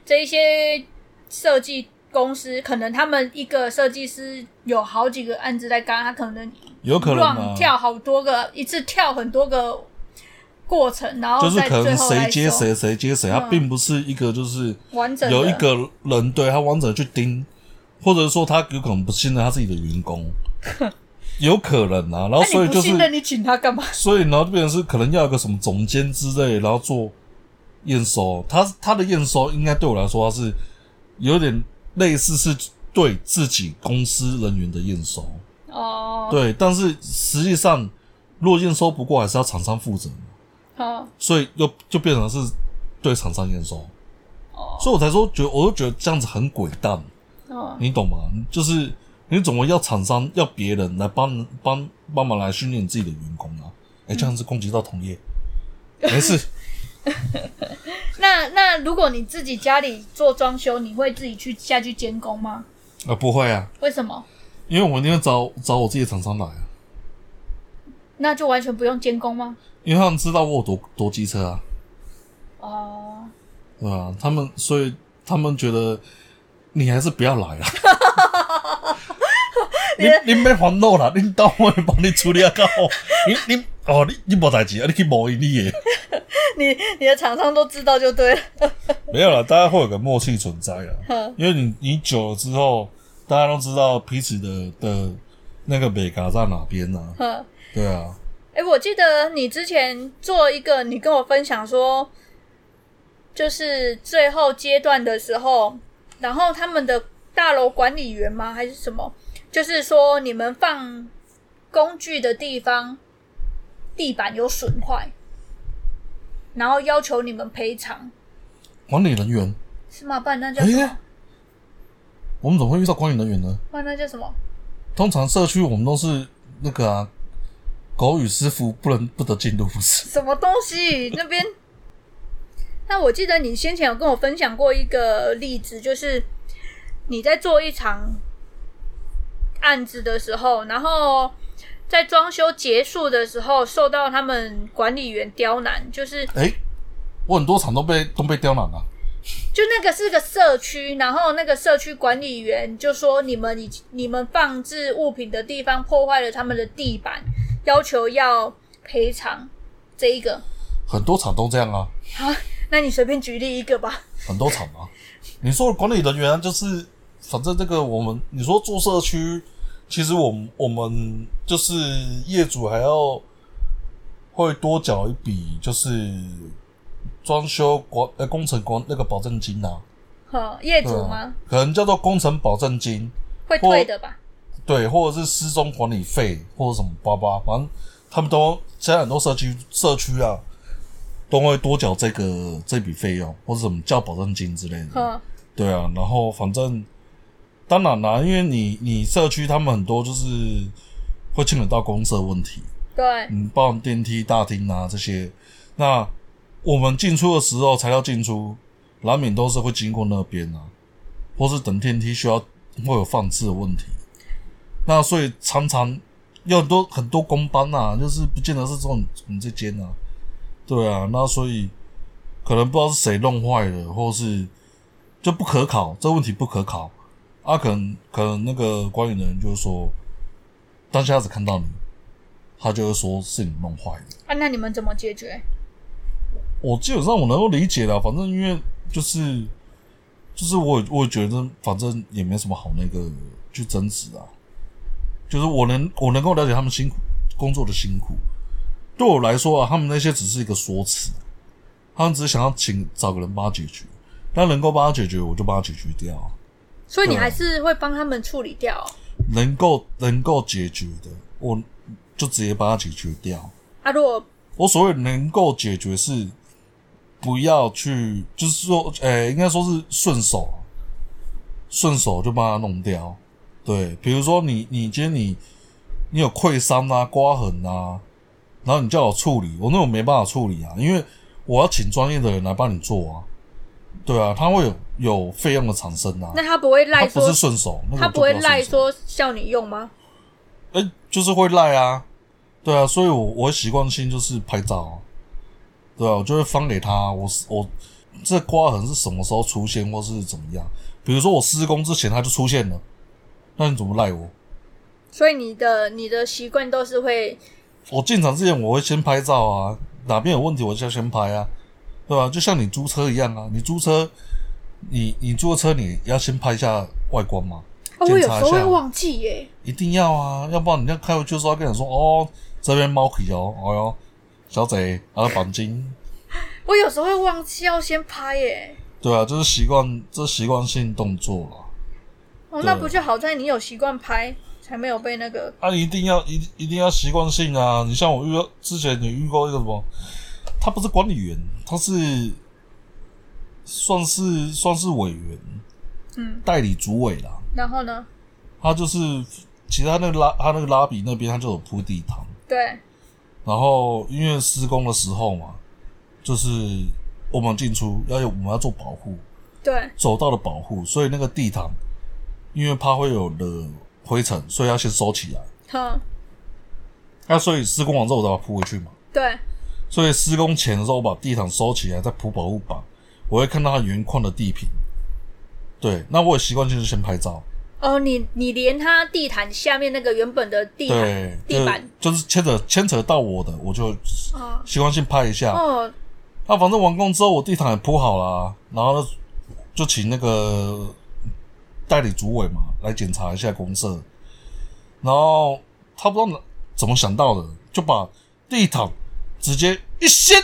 设计公司，可能他们一个设计师有好几个案子在干，他可能有可能啊， 跳好多个，一次跳很多个过程，然后就是可能谁接谁， 谁接谁，他并不是一个就是完整的有一个人对他完整的去盯，或者说他有可能不信任他自己的员工，有可能啊，然后所以就是你不信任你请他干嘛？ 所以然后就变成是可能要有个什么总监之类，然后做验收，他的验收应该对我来说他是有点类似是对自己公司人员的验收。对，但是实际上如果验收不过还是要厂商负责嘛，所以就变成是对厂商验收，所以我才说我就觉得这样子很鬼蛋，你懂吗？就是你怎么要厂商要别人来帮忙来训练你自己的员工啊？这样子攻击到同业，没事。 那如果你自己家里做装修，你会自己下去监工吗？ 不会啊。 为什么？ 因为我一定会找我自己的厂商来啊。 那就完全不用监工吗？ 因为他们知道我有多机车啊。对啊，所以他们觉得你还是不要来啊。 你别烦恼啦，恁兜我会帮你处理较好。你无代志啊，你去摸你的。 你的厂商都知道就对了。 没有啦，大家会有个默契存在啦。因为你久了之后，大家都知道彼此的那个美感在哪边啊。对啊。 我记得你之前做一个，你跟我分享说，就是最后阶段的时候，然后他们的大楼管理员吗？还是什么？就是说你们放工具的地方地板有损坏，然后要求你们赔偿。 管理人员是吗？不然那叫什么？ 我们怎么会遇到管理人员呢？ 不然那叫什么？ 通常社区我们都是那个啊，狗与师傅不得进入，不是？ 什么东西？那边？那我记得你先前有跟我分享过一个例子，就是你在做一场案子的时候，然后在装修结束的时候受到他们管理员刁难，就是我很多场都被刁难了。 就那个是个社区，然后那个社区管理员就说你们放置物品的地方破坏了他们的地板，要求要赔偿。这一个很多场都这样啊。 好，那你随便举例一个吧。 很多场啊。你说的管理人员就是反正这个你说做社区，其实我们就是业主还要会多缴一笔，就是装修工程那个保证金啊。 业主吗？ 可能叫做工程保证金， 会退的吧？ 对，或者是施工管理费，或者什么巴，反正他们现在很多社区啊，都会多缴这笔费用，或者什么叫保证金之类的。对啊，然后反正当然啦，因为你社区他们很多就是会牵扯到公设问题， 对， 包含电梯大厅啊这些，那我们进出的时候材料进出难免都是会经过那边啊，或是等电梯会有放置的问题，那所以常常有很多工班啊，就是不见得是我们这间啊，对啊，那所以可能不知道是谁弄坏了，或是就不可考，这问题不可考啊，可能那个管理人就是说，当下只看到你，他就会说是你弄坏的啊，那你们怎么解决？ 我基本上我能够理解啦，反正因为就是我也觉得反正也没什么好那个去争执啊，就是我能够了解他们辛苦工作的辛苦，对我来说啊，他们那些只是一个说辞，他们只是想要找个人帮他解决，那能够帮他解决我就帮他解决掉， 所以你还是会帮他们处理掉。 能够解决的我就直接帮他解决掉啊。如果我所谓能够解决是不要去，就是说应该说是顺手就把它弄掉。对，比如说你今天你有溃伤啊、刮痕啊，然后你叫我处理，我那种没办法处理啊，因为我要请专业的人来帮你做啊。对啊，他会有费用的产生啊。 那他不会赖说， 他不是顺手， 他不会赖说叫你用吗？ 就是会赖啊。对啊，所以我习惯性就是拍照啊。对啊，我就会翻给他，我这刮痕是什么时候出现，或是怎么样？比如说我施工之前它就出现了，那你怎么赖我？ 所以你的习惯都是会， 我进场之前我会先拍照啊，哪边有问题我就先拍啊，对吧？就像你租车一样啊，你租车，你租的车你要先拍一下外观嘛， 我有时候会忘记耶， 一定要啊，要不然你要开回去的时候跟你说这边猫皮哦，哟。小贼，然后绑筋。 我有时候会忘记要先拍耶。 对啊，就是习惯性动作啦。 那不就好在你有习惯拍，才没有被那个。 啊，你一定要习惯性啊！你像我之前你遇过一个什么？他不是管理员，他是算是委员，代理主委啦。 然后呢？ 他就是其实他那个拉比那边他就有铺地毯。 对。 然后因为施工的时候嘛，就是我们进出我们要做保护， 对， 走道的保护，所以那个地毯因为怕会有的灰尘，所以要先收起来。所以施工完之后我再把它铺回去嘛。 对。 所以施工前的时候我把地毯收起来，再铺保护板，我会看到它原矿的地坪。对，那我也习惯性先拍照。 哦，你连它地毯下面那个原本的地板， 就是牵扯到我的，我就习惯性拍一下。 哦， 那反正完工之后，我地毯也铺好了，然后就请那个代理主委嘛来检查一下公社，然后他不知道怎么想到的，就把地毯直接一掀。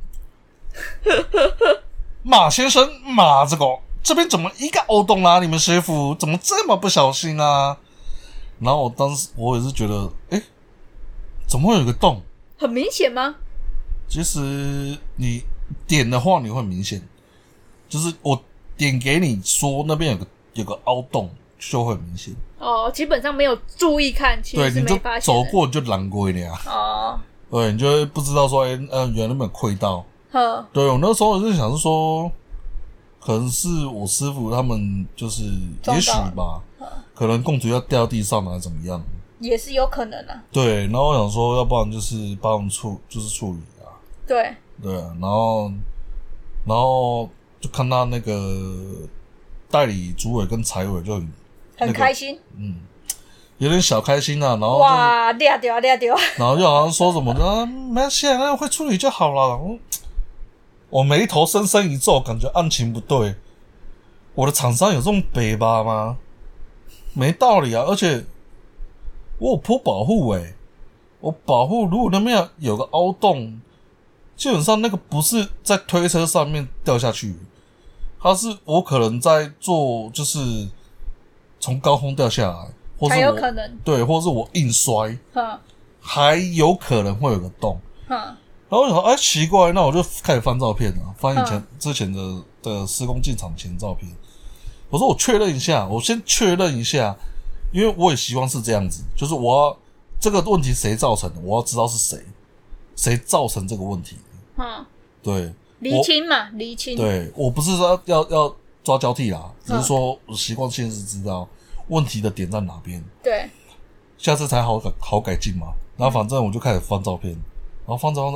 马先生，马这边怎么一个凹洞啦？你们师傅怎么这么不小心啊？然后当时我也是觉得，怎么会有一个洞？ 很明显吗？ 其实你点的话，你会很明显，就是我点给你说那边有个凹洞，就会很明显。 哦，基本上没有注意看，其实是没发现的。 对，你就走过你就拦过了呀。 哦， 对，你就会不知道说，原来那边有窥到。对，我那时候就想是说，可能是我师傅他们就是也许吧，可能供主要掉地上还是怎么样， 也是有可能啊。 对，然后我想说，要不然就是帮他们处理啊。 对啊，然后就看到那个代理主委跟财委就很开心， 有点小开心啊，然后哇，抓掉， 然后又好像说什么没关系，那会处理就好了。我眉头深深一皱，感觉案情不对。我的厂商有这种北巴吗？没道理啊！而且我有铺保护我保护如果那边有个凹洞，基本上那个不是在推车上面掉下去，它是我可能在做，就是从高空掉下来，或是还有可能对，或是我硬摔，还有可能会有个洞。然后我想说，奇怪，那我就开始翻照片了，翻之前的施工进场前照片。我说我确认一下，我先确认一下，因为我也希望是这样子，就是我要这个问题谁造成的，我要知道是谁造成这个问题的。对， 厘清嘛，厘清。 对，我不是说要抓交替啦，只是说我习惯性是知道问题的点在哪边， 对， 下次才好改进嘛。然后反正我就开始翻照片。然后放着，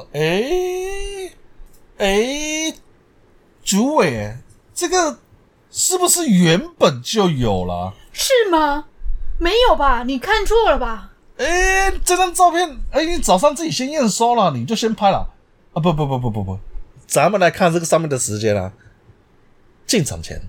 主委，这个是不是原本就有啦？ 是吗？没有吧？你看错了吧？ 这张照片，你早上自己先验收了，你就先拍了啊？不，咱们来看这个上面的时间啦，进场前，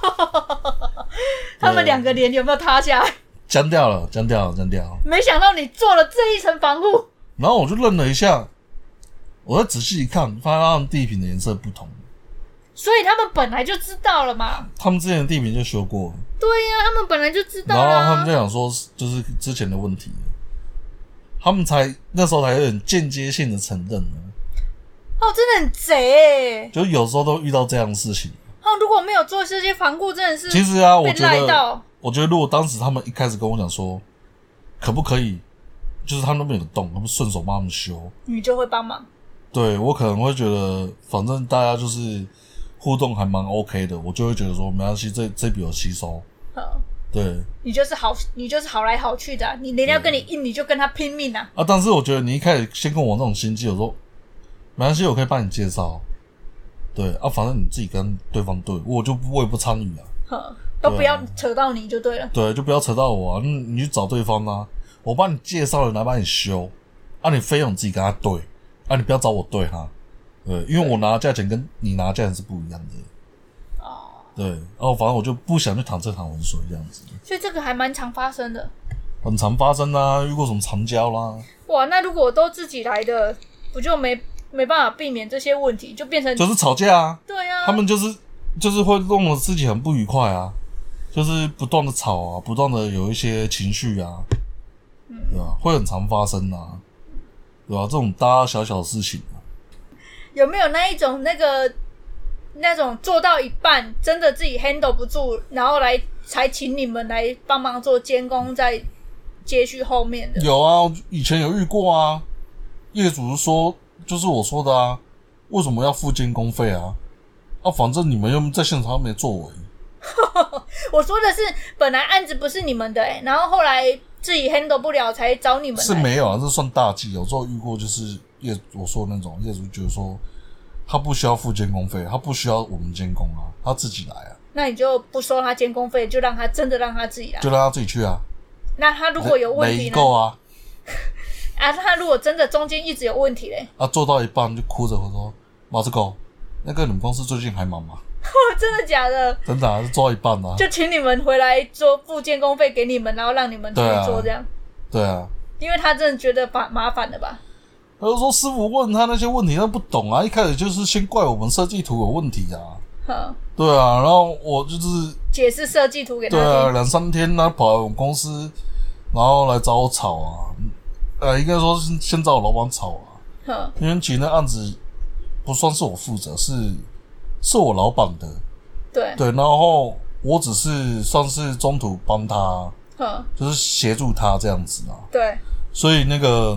他们两个脸有没有塌下来？ 僵掉了。 没想到你做了这一层防护。 然后我就愣了一下，我再仔细一看，发现他们地坪的颜色不同， 所以他们本来就知道了嘛。 他们之前的地坪就修过了。 对呀，他们本来就知道了。 然后他们就想说，就是之前的问题，他们那时候才有点间接性的承认了。 真的很贼就有时候都遇到这样的事情。 如果没有做这些防护，真的是其实啊， 被赖到。 我觉得如果当时他们一开始跟我讲说，可不可以？就是他们那边有个洞，他们顺手帮他们修，你就会帮忙。对， 我可能会觉得，反正大家就是互动还蛮 OK 的，我就会觉得说没关系，这笔有吸收。对，你就是好来好去的啊，你人家跟你硬，你就跟他拼命啊！但是我觉得你一开始先跟我那种心机，我说没关系，我可以帮你介绍。对啊，反正你自己跟对方对，我也不参与啊。都不要扯到你就对了。对，就不要扯到我啊！你去找对方啊。我帮你介绍人来帮你修，你费用你自己跟他对，你不要找我对哈，对，因为我拿的价钱跟你拿的价钱是不一样的，对，反正我就不想去淌这趟浑水这样子，所以这个还蛮常发生的，很常发生啊，遇过什么长交啦，哇，那如果我都自己来的，不就没办法避免这些问题，就变成就是吵架啊，对啊，他们就是会弄得自己很不愉快啊，就是不断的吵啊，不断的有一些情绪啊。对吧？会很常发生啊，对吧？这种大大小小的事情有没有那一种那种做到一半真的自己 handle 不住，然后才请你们来帮忙做监工，再接续后面的？有啊，以前有遇过啊。业主说，就是我说的啊，为什么要付监工费啊？反正你们又在现场没作为。我说的是，本来案子不是你们的然后后来自己 handle 不了才找你们来。是没有啊，这算大忌。有时候遇过就是我说的那种业主觉得说他不需要付监工费，他不需要我们监工啊，他自己来啊。 那你就不收他监工费，就让他真的让他自己来， 就让他自己去啊。 那他如果有问题呢？ 雷够啊！ 啊，他如果真的中间一直有问题嘞？ 啊，做到一半就哭着说：“马子狗，那个你们公司最近还忙吗？” 真的假的？ 真的啊，是做到一半啊。 就请你们回来做付监工费给你们，然后让你们去做这样。 对啊。 因为他真的觉得麻烦了吧？ 他就说师傅问他那些问题，他不懂啊，一开始就是先怪我们设计图有问题啊。对啊，然后我就是解释设计图给他听。对啊 ，2-3 天他跑来我们公司，然后来找我吵啊。应该说是先找我老板吵啊。因为其实那案子不算是我负责，是我老板的。对，然后我只是算是中途帮他，就是协助他这样子啊。 对， 所以那个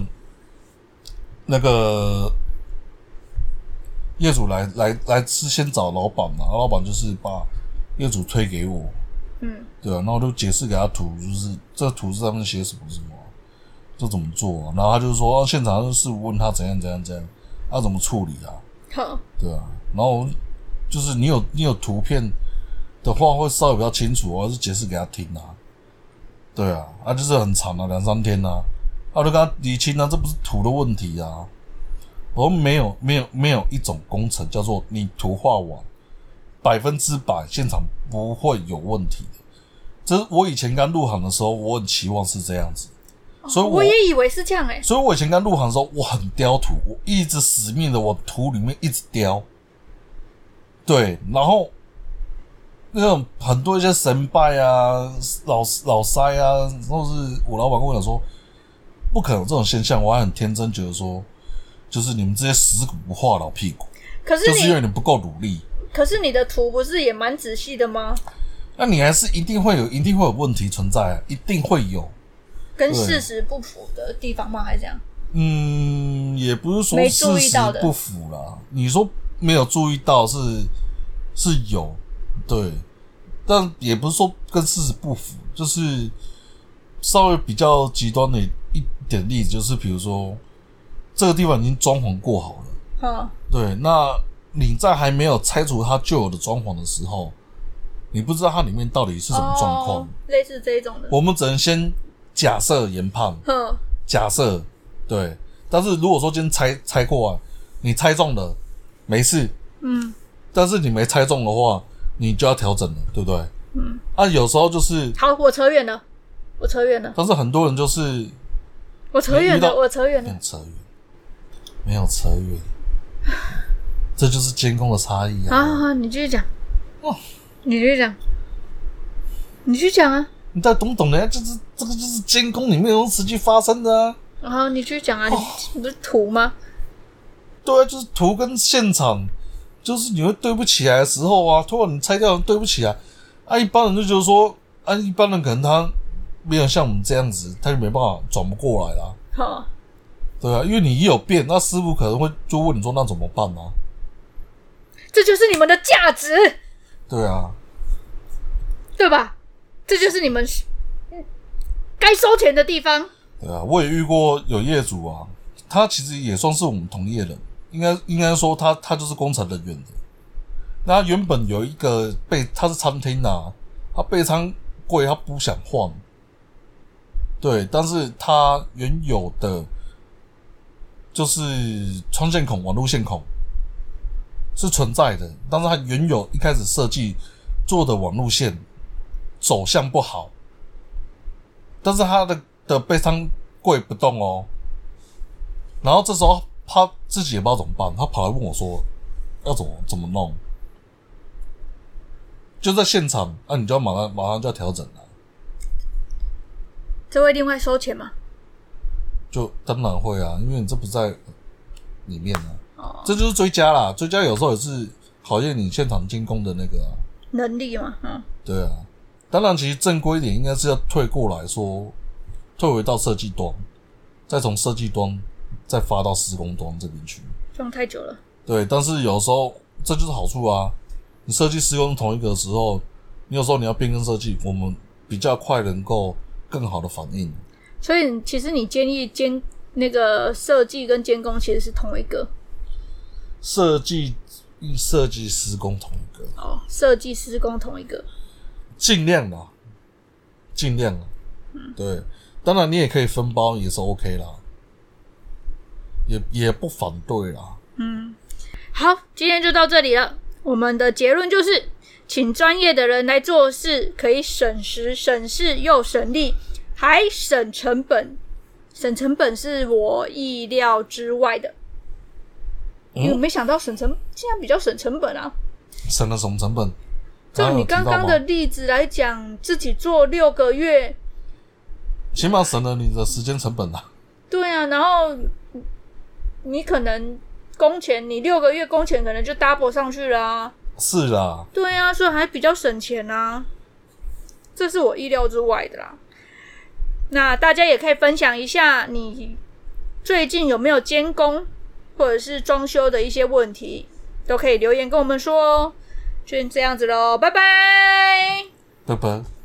业主来是先找老板嘛，老板就是把业主推给我，对啊，然后我就解释给他图，就是这图上面写什么，就怎么做然后他就说现场就是问他怎样，要怎么处理啊，对啊，然后就是你有图片的话会稍微比较清楚就解释给他听啊，对啊，就是很长啊，2-3天啊，就跟他理清这不是图的问题啊。我们没有一种工程叫做你图画完100%现场不会有问题的。这是我以前刚入行的时候，我很期望是这样子，所以我也以为是这样所以我以前刚入行的时候，我很雕图，我一直死命的往图里面一直雕。对，然后那种很多一些神拜啊、老塞啊，或是我老板跟我讲说，不可能有这种现象，我还很天真觉得说。就是你们这些死骨不化老屁股， 可是就是因为你不够努力。 可是你的图不是也蛮仔细的吗？ 那你还是一定会有问题存在啊，一定会有跟事实不符的地方吗？还是这样？ 也不是说事实不符啦。你说没有注意到是有，对，但也不是说跟事实不符，就是稍微比较极端的一点例子，就是比如说。这个地方已经装潢过好了，对，那你在还没有拆除它旧有的装潢的时候，你不知道它里面到底是什么状况， 类似这一种的， 我们只能先假设研判，假设，对，但是如果说今天拆过来，你猜中了没事，但是你没猜中的话，你就要调整了，对不对？有时候就是好，我扯远了， 但是很多人就是我扯远了， 没有扯远，这就是监控的差异啊！ 好，你继续讲。你继续讲啊！ 你到底懂不懂呢？就是这个就是监控里面有实际发生的啊！ 好，你继续讲啊！你不是图吗？ 对啊，就是图跟现场，就是你会对不起来的时候啊，突然你拆掉对不起来一般人就觉得说一般人可能他没有像我们这样子，他就没办法转不过来啦。 好。 对啊，因为你一有变，那师傅可能会就问你说那怎么办啊？ 这就是你们的价值。 对啊， 对吧？这就是你们该收钱的地方。 对啊，我也遇过有业主啊，他其实也算是我们同业人，应该说他就是工程人员的。那他原本有一个他是餐厅啊，他备餐柜他不想换，对，但是他原有的。就是窗线孔、网路线孔是存在的，但是它原有一开始设计做的网路线走向不好，但是它的备餐柜不动哦。然后这时候他自己也不知道怎么办，他跑来问我说要怎么弄，就在现场你就要马上就要调整了。 这会另外收钱吗？ 就当然会啊，因为你这不在里面啊，这就是追加啦。追加有时候也是考验你现场监工的那个能力嘛。 对啊，当然其实正规一点应该是要退过来说，退回到设计端，再从设计端再发到施工端这边去。 放太久了。对， 但是有时候这就是好处啊。你设计施工同一个的时候，你有时候你要变更设计，我们比较快能够更好的反应。 所以其实你建议那个设计跟监工其实是同一个。 设计设计施工同一个。 哦，设计施工同一个， 尽量啦，尽量啦。对，当然你也可以分包，也是 OK 啦，也不反对啦。 好，今天就到这里了。我们的结论就是，请专业的人来做事，可以省时、省事又省力，还省成本。省成本是我意料之外的，因为我没想到竟然比较省成本啊！ 省了什么成本？ 就你刚刚的例子来讲，自己做6个月， 起码省了你的时间成本啊。 对啊，然后你可能工钱，你6个月工钱可能就 double 上去了啊。 是啦。 对啊，所以还比较省钱啊，这是我意料之外的啦。那大家也可以分享一下，你最近有没有监工或者是装修的一些问题，都可以留言跟我们说哦。就这样子咯，拜拜， 拜拜。